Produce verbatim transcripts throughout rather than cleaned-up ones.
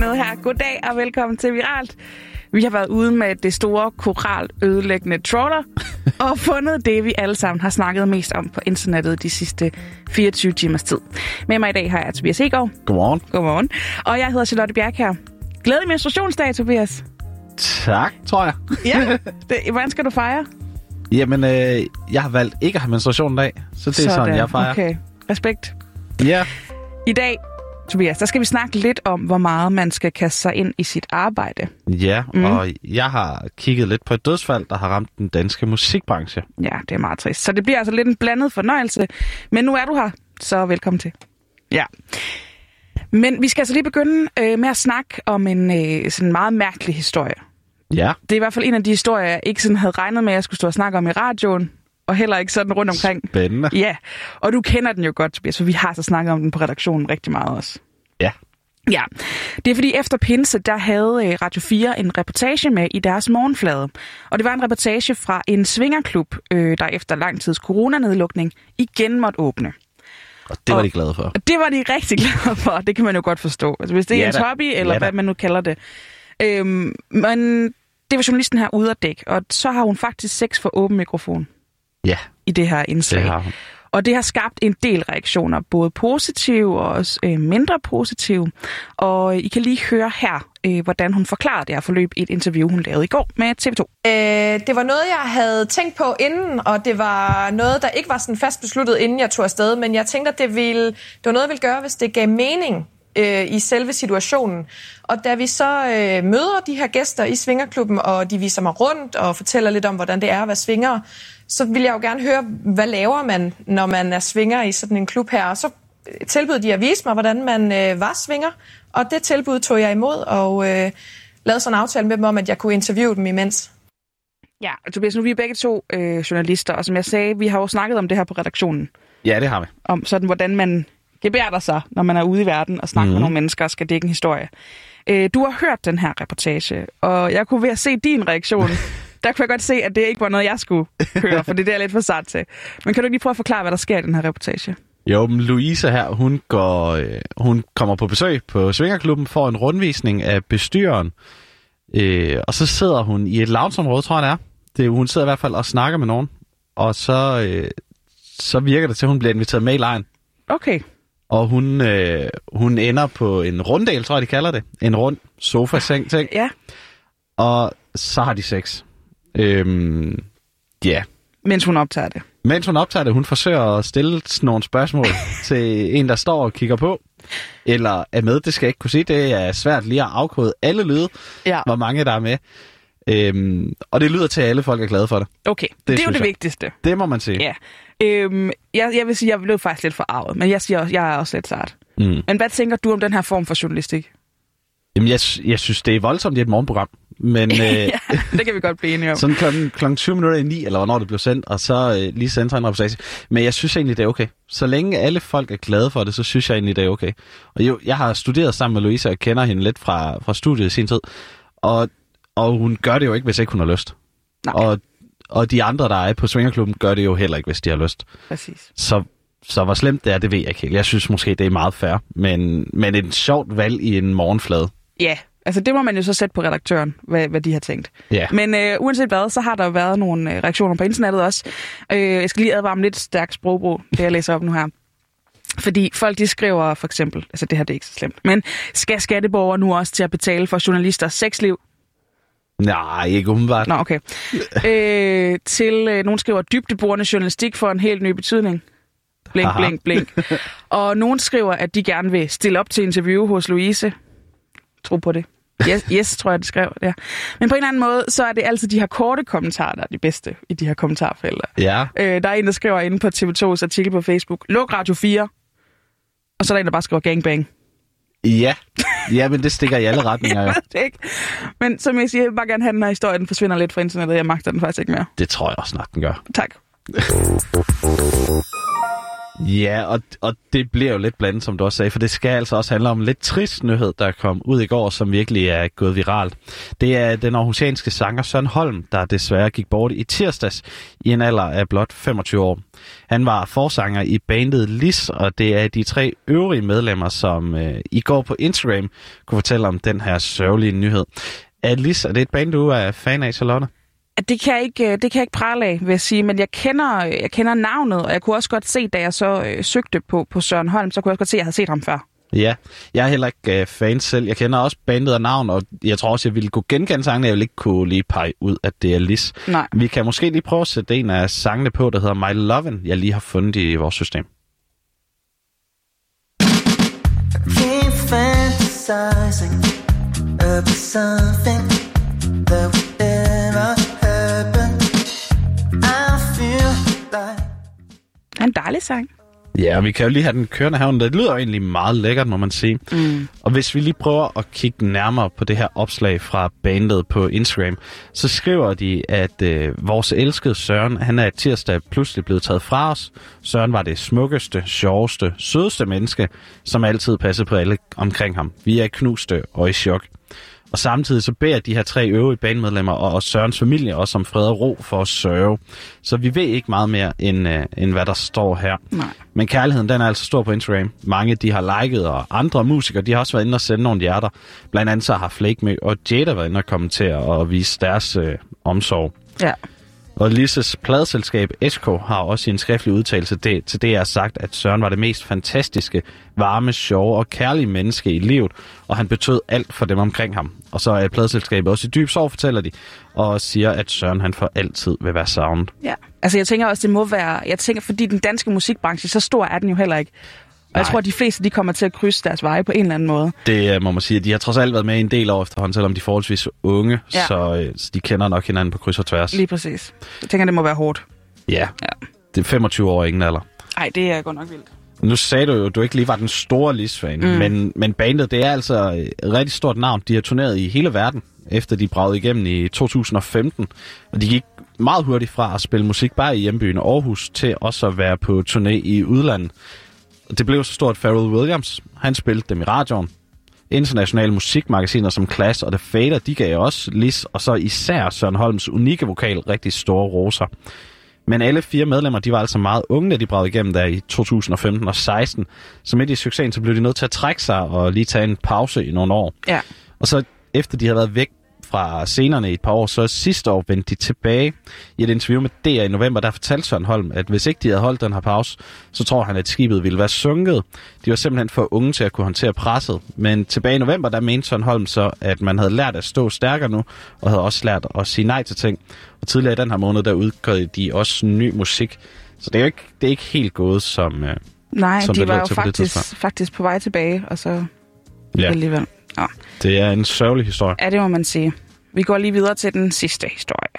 med her. Goddag og velkommen til Viralt. Vi har været ude med det store koral ødelæggende trawler og fundet det, vi alle sammen har snakket mest om på internettet de sidste fireogtyve timers tid. Med mig i dag har jeg Tobias Egård. Godmorgen. Godmorgen. Og jeg hedder Charlotte Bjerg her. Glædelig menstruationsdag, Tobias. Tak, tror jeg. Ja, det, hvordan skal du fejre? Jamen, øh, jeg har valgt ikke at have menstruation i dag, så det er sådan, sådan jeg fejrer. Okay, respekt. Ja. I dag, Tobias, der skal vi snakke lidt om, hvor meget man skal kaste sig ind i sit arbejde. Ja, mm. og jeg har kigget lidt på et dødsfald, der har ramt den danske musikbranche. Ja, det er meget trist. Så det bliver altså lidt en blandet fornøjelse. Men nu er du her, så velkommen til. Ja. Men vi skal altså lige begynde øh, med at snakke om en øh, sådan meget mærkelig historie. Ja. Det er i hvert fald en af de historier, jeg ikke sådan havde regnet med, at jeg skulle stå og snakke om i radioen. Og heller ikke sådan rundt omkring. Spændende. Ja, og du kender den jo godt, Tobias, for vi har så snakket om den på redaktionen rigtig meget også. Ja. Ja, det er fordi efter pinse, der havde Radio fire en reportage med i deres morgenflade. Og det var en reportage fra en svingerklub, øh, der efter lang tids coronanedlukning igen måtte åbne. Og det var og de glade for. Det var de rigtig glade for, det kan man jo godt forstå. Altså hvis det er ja, ens da. hobby, eller ja, hvad man nu kalder det. Øhm, men det var journalisten her ude at dække, og så har hun faktisk sex for åben mikrofon. Ja, i det her indslag. Det har hun. Og det har skabt en del reaktioner, både positive og også øh, mindre positive. Og I kan lige høre her, øh, hvordan hun forklarer det her forløb i et interview, hun lavede i går med T V to. Øh, det var noget, jeg havde tænkt på inden, og det var noget, der ikke var sådan fast besluttet, inden jeg tog afsted. Men jeg tænkte, at det, ville, det var noget, jeg ville gøre, hvis det gav mening øh, i selve situationen. Og da vi så øh, møder de her gæster i svingerklubben, og de viser mig rundt og fortæller lidt om, hvordan det er at være svinger, så vil jeg jo gerne høre, hvad laver man, når man er svinger i sådan en klub her. Og så tilbød de at vise mig, hvordan man øh, var svinger, og det tilbud tog jeg imod, og øh, lavede sådan en aftale med dem om, at jeg kunne interviewe dem imens. Ja, og Tobias, nu er vi begge to øh, journalister, og som jeg sagde, vi har jo snakket om det her på redaktionen. Ja, det har vi. Om sådan, hvordan man gebærder sig, når man er ude i verden og snakker mm. med nogle mennesker og skal dække en historie. Øh, du har hørt den her reportage, og jeg kunne ved at se din reaktion. Der kunne jeg godt se, at det ikke var noget, jeg skulle høre, for det er jeg lidt for sat til. Men kan du lige prøve at forklare, hvad der sker i den her reportage? Jo, men Louise her, hun, går, øh, hun kommer på besøg på Svingerklubben, får en rundvisning af bestyreren, øh, og så sidder hun i et loungeområde, tror jeg det er. Det, hun sidder i hvert fald og snakker med nogen, og så, øh, så virker det til, at hun bliver inviteret med i lejren. Okay. Og hun, øh, hun ender på en runddel, tror jeg, de kalder det. En rund sofa-seng-ting. Ja. Og så har de sex. Øhm, ja. Yeah. Mens hun optager det. Mens hun optager det, hun forsøger at stille nogle spørgsmål til en, der står og kigger på. Eller er med, det skal jeg ikke kunne sige. Det er svært lige at afkode alle lyde, ja. Hvor mange der er med. Øhm, og det lyder til, at alle folk er glade for det. Okay, det, det er jo det jeg. vigtigste. Det må man sige. Ja. Øhm, jeg, jeg vil sige, jeg blev faktisk lidt forarvet, men jeg siger også, jeg er også lidt sart. Mm. Men hvad tænker du om den her form for journalistik? Jamen, jeg, jeg synes, det er voldsomt i et morgenprogram. Men, ja, det kan vi godt blive enige om. Sådan klokken, klokken tyve minutter i ni, eller hvornår det blev sendt, og så øh, lige sendt en reportage. Men jeg synes egentlig, det er okay. Så længe alle folk er glade for det, så synes jeg egentlig, det er okay. Og jo, jeg har studeret sammen med Louise, og kender hende lidt fra, fra studiet i sin tid. Og, og hun gør det jo ikke, hvis ikke hun har lyst. Nej. Og, og de andre, der er på Svingerklubben, gør det jo heller ikke, hvis de har lyst. Præcis. Så, så hvor slemt det er, det ved jeg ikke helt. Jeg synes måske, det er meget fair. Men, men et sjovt valg i en morgenflade. Ja, altså det må man jo så sætte på redaktøren, hvad, hvad de har tænkt. Ja. Men øh, uanset hvad, så har der været nogle øh, reaktioner på internettet også. Øh, jeg skal lige advare om lidt stærk sprogbrug, det jeg læser op nu her. Fordi folk, de skriver for eksempel, altså det her det er ikke så slemt, men skal skatteborgere nu også til at betale for journalisters sexliv? Nej, ikke umiddelbart. Nå, okay. øh, til øh, nogen skriver, dybdeborende journalistik får en helt ny betydning. Blink, Aha. blink, blink. Og nogen skriver, at de gerne vil stille op til interview hos Louise. Tro på det. Yes, yes, tror jeg, det skrev. Ja. Men på en eller anden måde, så er det altid de her korte kommentarer, der er de bedste i de her kommentarfelter. Ja. Øh, der er en, der skriver inde på T V to's artikel på Facebook, luk Radio fire. Og så er der en, der bare skriver gangbang. Ja, ja, men det stikker i alle retninger. Jeg ved det ikke. Men som jeg siger, jeg vil bare gerne have den her historie, den forsvinder lidt fra internettet. Jeg magter den faktisk ikke mere. Det tror jeg også nok, den gør. Tak. Ja, og, og det bliver jo lidt blandet, som du også sagde, for det skal altså også handle om en lidt trist nyhed, der kom ud i går, som virkelig er gået viralt. Det er den aarhusianske sanger Søren Holm, der desværre gik bort i tirsdags i en alder af blot femogtyve år. Han var forsanger i bandet Lis, og det er de tre øvrige medlemmer, som øh, i går på Instagram kunne fortælle om den her sørgelige nyhed. Er Lis, er det et band, du er fan af, Charlotte? Det kan jeg ikke, det kan jeg ikke prale af, vil jeg sige, men jeg kender, jeg kender navnet, og jeg kunne også godt se, da jeg så øh, søgte på, på Søren Holm, så kunne jeg også godt se, at jeg havde set ham før. Ja, jeg er heller ikke øh, fan selv. Jeg kender også bandet og navn, og jeg tror også, jeg ville kunne genkende sangene. Jeg vil ikke kunne lige pege ud, at det er Lis. Nej. Vi kan måske lige prøve at sætte en af sangene på, der hedder My Lovin', jeg lige har fundet i vores system. Keep fantasizing about something that would ever happen. I feel like... Det er en dejlig sang. Ja, og vi kan jo lige have den kørende her. Det lyder jo egentlig meget lækkert, må man sige. Mm. Og hvis vi lige prøver at kigge nærmere på det her opslag fra bandet på Instagram, så skriver de, at øh, vores elskede Søren, han er tirsdag pludselig blevet taget fra os. Søren var det smukkeste, sjoveste, sødeste menneske, som altid passede på alle omkring ham. Vi er knuste og i chok. Og samtidig så beder de her tre øvrige bandmedlemmer og Sørens familie også om fred og ro for at sørge. Så vi ved ikke meget mere, end, øh, end hvad der står her. Nej. Men kærligheden, den er altså stor på Instagram. Mange, de har liket, og andre musikere, de har også været inde og sende nogle hjerter. Blandt andet så har Flake og Jada været inde og kommentere og vise deres øh, omsorg. Ja. Og Lises pladeselskab S K har også i en skriftlig udtalelse det, til det, jeg har sagt, at Søren var det mest fantastiske, varme, sjove og kærlige menneske i livet, og han betød alt for dem omkring ham. Og så er pladeselskabet også i dyb sorg, fortæller de, og siger, at Søren han for altid vil være savnet. Ja, altså jeg tænker også, det må være, jeg tænker, fordi den danske musikbranche, så stor er den jo heller ikke. Og jeg tror, at de fleste de kommer til at krydse deres veje på en eller anden måde. Det må man sige. De har trods alt været med en del år efterhånden, selvom de er forholdsvis unge, ja. så, så de kender nok hinanden på kryds og tværs. Lige præcis. Jeg tænker, det må være hårdt. Ja, ja. Det er femogtyve år ingen alder. Nej, det er godt nok vildt. Nu sagde du jo, at du ikke lige var den store Lis-fan, mm. men, men bandet, det er altså et rigtig stort navn. De har turneret i hele verden, efter de bragede igennem i to tusind og femten, og de gik meget hurtigt fra at spille musik bare i hjembyen Aarhus, til også at være på turné i udlandet. Det blev så stort, Pharrell Williams, han spillede dem i radioen. Internationale musikmagasiner som Clash og The Fader, de gav også Lis, og så især Søren Holms unikke vokal rigtig store roser. Men alle fire medlemmer, de var altså meget unge, da de bragede igennem der i to tusind og femten og seksten. Så midt i succesen, så blev de nødt til at trække sig og lige tage en pause i nogle år. Ja. Og så efter de havde været væk fra scenerne i et par år, så sidste år vendte de tilbage. I et interview med D R i november, der fortalte Søren Holm, at hvis ikke de havde holdt den her pause, så tror han, at skibet ville være sunket. De var simpelthen for unge til at kunne håndtere presset. Men tilbage i november, der mente Søren Holm så, at man havde lært at stå stærkere nu, og havde også lært at sige nej til ting. Og tidligere i den her måned, der udgav de også ny musik. Så det er jo ikke, det er ikke helt gået som øh, Nej, som de det var lød jo til faktisk, faktisk på vej tilbage, og så ja. Alligevel. Ja. Det er en sørgelig historie. Ja, det må man sige. Vi går lige videre til den sidste historie.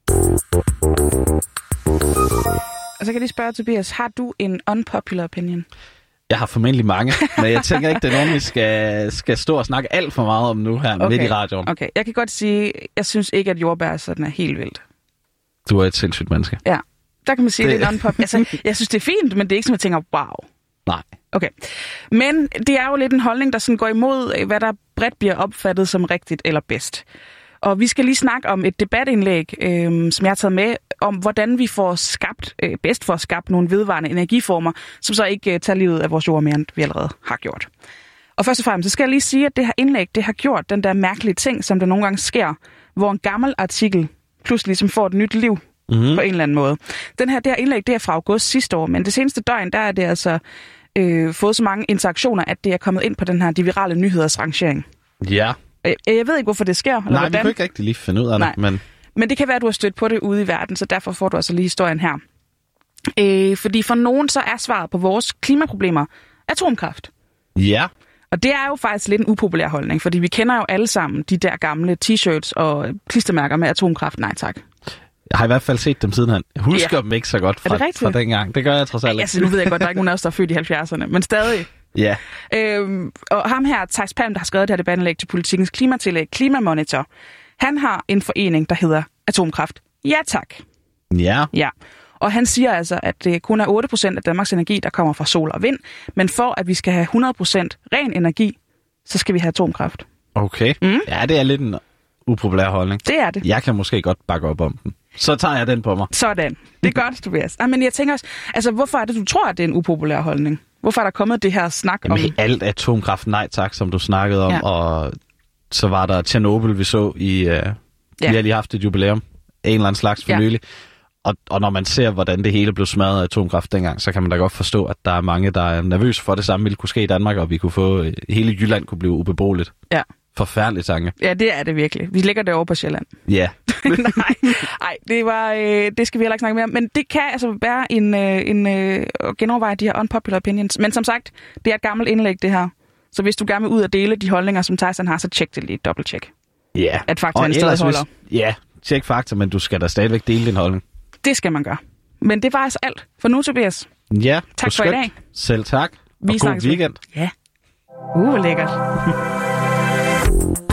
Og så kan jeg lige spørge Tobias, har du en unpopular opinion? Jeg har formentlig mange, men jeg tænker ikke, det er nogen, vi skal, skal stå og snakke alt for meget om nu her okay. midt i radioen. Okay, jeg kan godt sige, jeg synes ikke, at jordbær sådan er helt vildt. Du er et sindssygt menneske. Ja, der kan man sige, det, det er unpopular. Altså, jeg synes, det er fint, men det er ikke som, jeg tænker, wow. Nej. Okay, men det er jo lidt en holdning, der sådan går imod, hvad der bredt bliver opfattet som rigtigt eller bedst. Og vi skal lige snakke om et debatindlæg, øh, som jeg har taget med, om hvordan vi får skabt, øh, bedst får skabt nogle vedvarende energiformer, som så ikke øh, tager livet af vores jord mere, end vi allerede har gjort. Og først og fremmest, så skal jeg lige sige, at det her indlæg, det har gjort den der mærkelige ting, som der nogle gange sker, hvor en gammel artikel pludselig som får et nyt liv mm-hmm. på en eller anden måde. Den her, det her indlæg, det er fra august sidste år, men det seneste døgn, der er det altså øh, fået så mange interaktioner, at det er kommet ind på den her de virale nyheders rangering. Ja. Jeg ved ikke, hvorfor det sker. Eller Nej, hvordan. vi kan ikke rigtig lige finde ud af det. Men... men det kan være, at du har stødt på det ude i verden, så derfor får du altså lige historien her. Øh, fordi for nogen så er svaret på vores klimaproblemer atomkraft. Ja. Og det er jo faktisk lidt en upopulær holdning, fordi vi kender jo alle sammen de der gamle t-shirts og klistermærker med atomkraft. Nej tak. Jeg har i hvert fald set dem siden. Jeg husker ja. dem ikke så godt fra, fra dengang. Det gør jeg trods alt ikke. Altså, nu ved jeg godt, der er ikke nogen af os, der er født i halvfjerdserne, men stadig. Ja. Øhm, og ham her, Theis Palm, der har skrevet det her debatindlæg til Politikens klimatillæg, Klimamonitor, han har en forening, der hedder Atomkraft. Ja tak. Ja. Ja. Og han siger altså, at det kun er otte procent af Danmarks energi, der kommer fra sol og vind. Men for at vi skal have hundrede procent ren energi, så skal vi have atomkraft. Okay. Mm. Ja, det er lidt en upopulær holdning. Det er det. Jeg kan måske godt bakke op om den. Så tager jeg den på mig. Sådan. Det er godt, Tobias. Ej, men jeg tænker også, altså hvorfor er det, du tror, at det er en upopulær holdning? Hvorfor er der kommet det her snak Jamen, om... alt atomkraft, nej tak, som du snakkede om. Ja. Og så var der Tjernobyl, vi så i... Uh, ja. Vi har lige haft et jubilæum. En eller anden slags for ja. nylig. Og, og når man ser, hvordan det hele blev smadret af atomkraft dengang, så kan man da godt forstå, at der er mange, der er nervøse for, at det samme ville kunne ske i Danmark, og vi kunne få... Hele Jylland kunne blive ubeboeligt. Ja. Forfærdelig tanke. Ja, det er det virkelig. Vi ligger derovre på Sjælland. Ja. nej, nej, det var, øh, det skal vi heller ikke snakke mere om. Men det kan altså være en, øh, en øh, at genoverveje de her unpopular opinions. Men som sagt, det er et gammelt indlæg, det her. Så hvis du gerne vil ud og dele de holdninger, som Tyson har, så tjek det lige, dobbelt-tjek. Ja. Yeah. At fakta stadig holder. Hvis, ja, tjek fakta, men du skal da stadigvæk dele din holdning. Det skal man gøre. Men det var altså alt for nu, Tobias. Ja, tak for i dag. Selv tak. Vi og god weekend. Ja. Uh, hvor lækkert.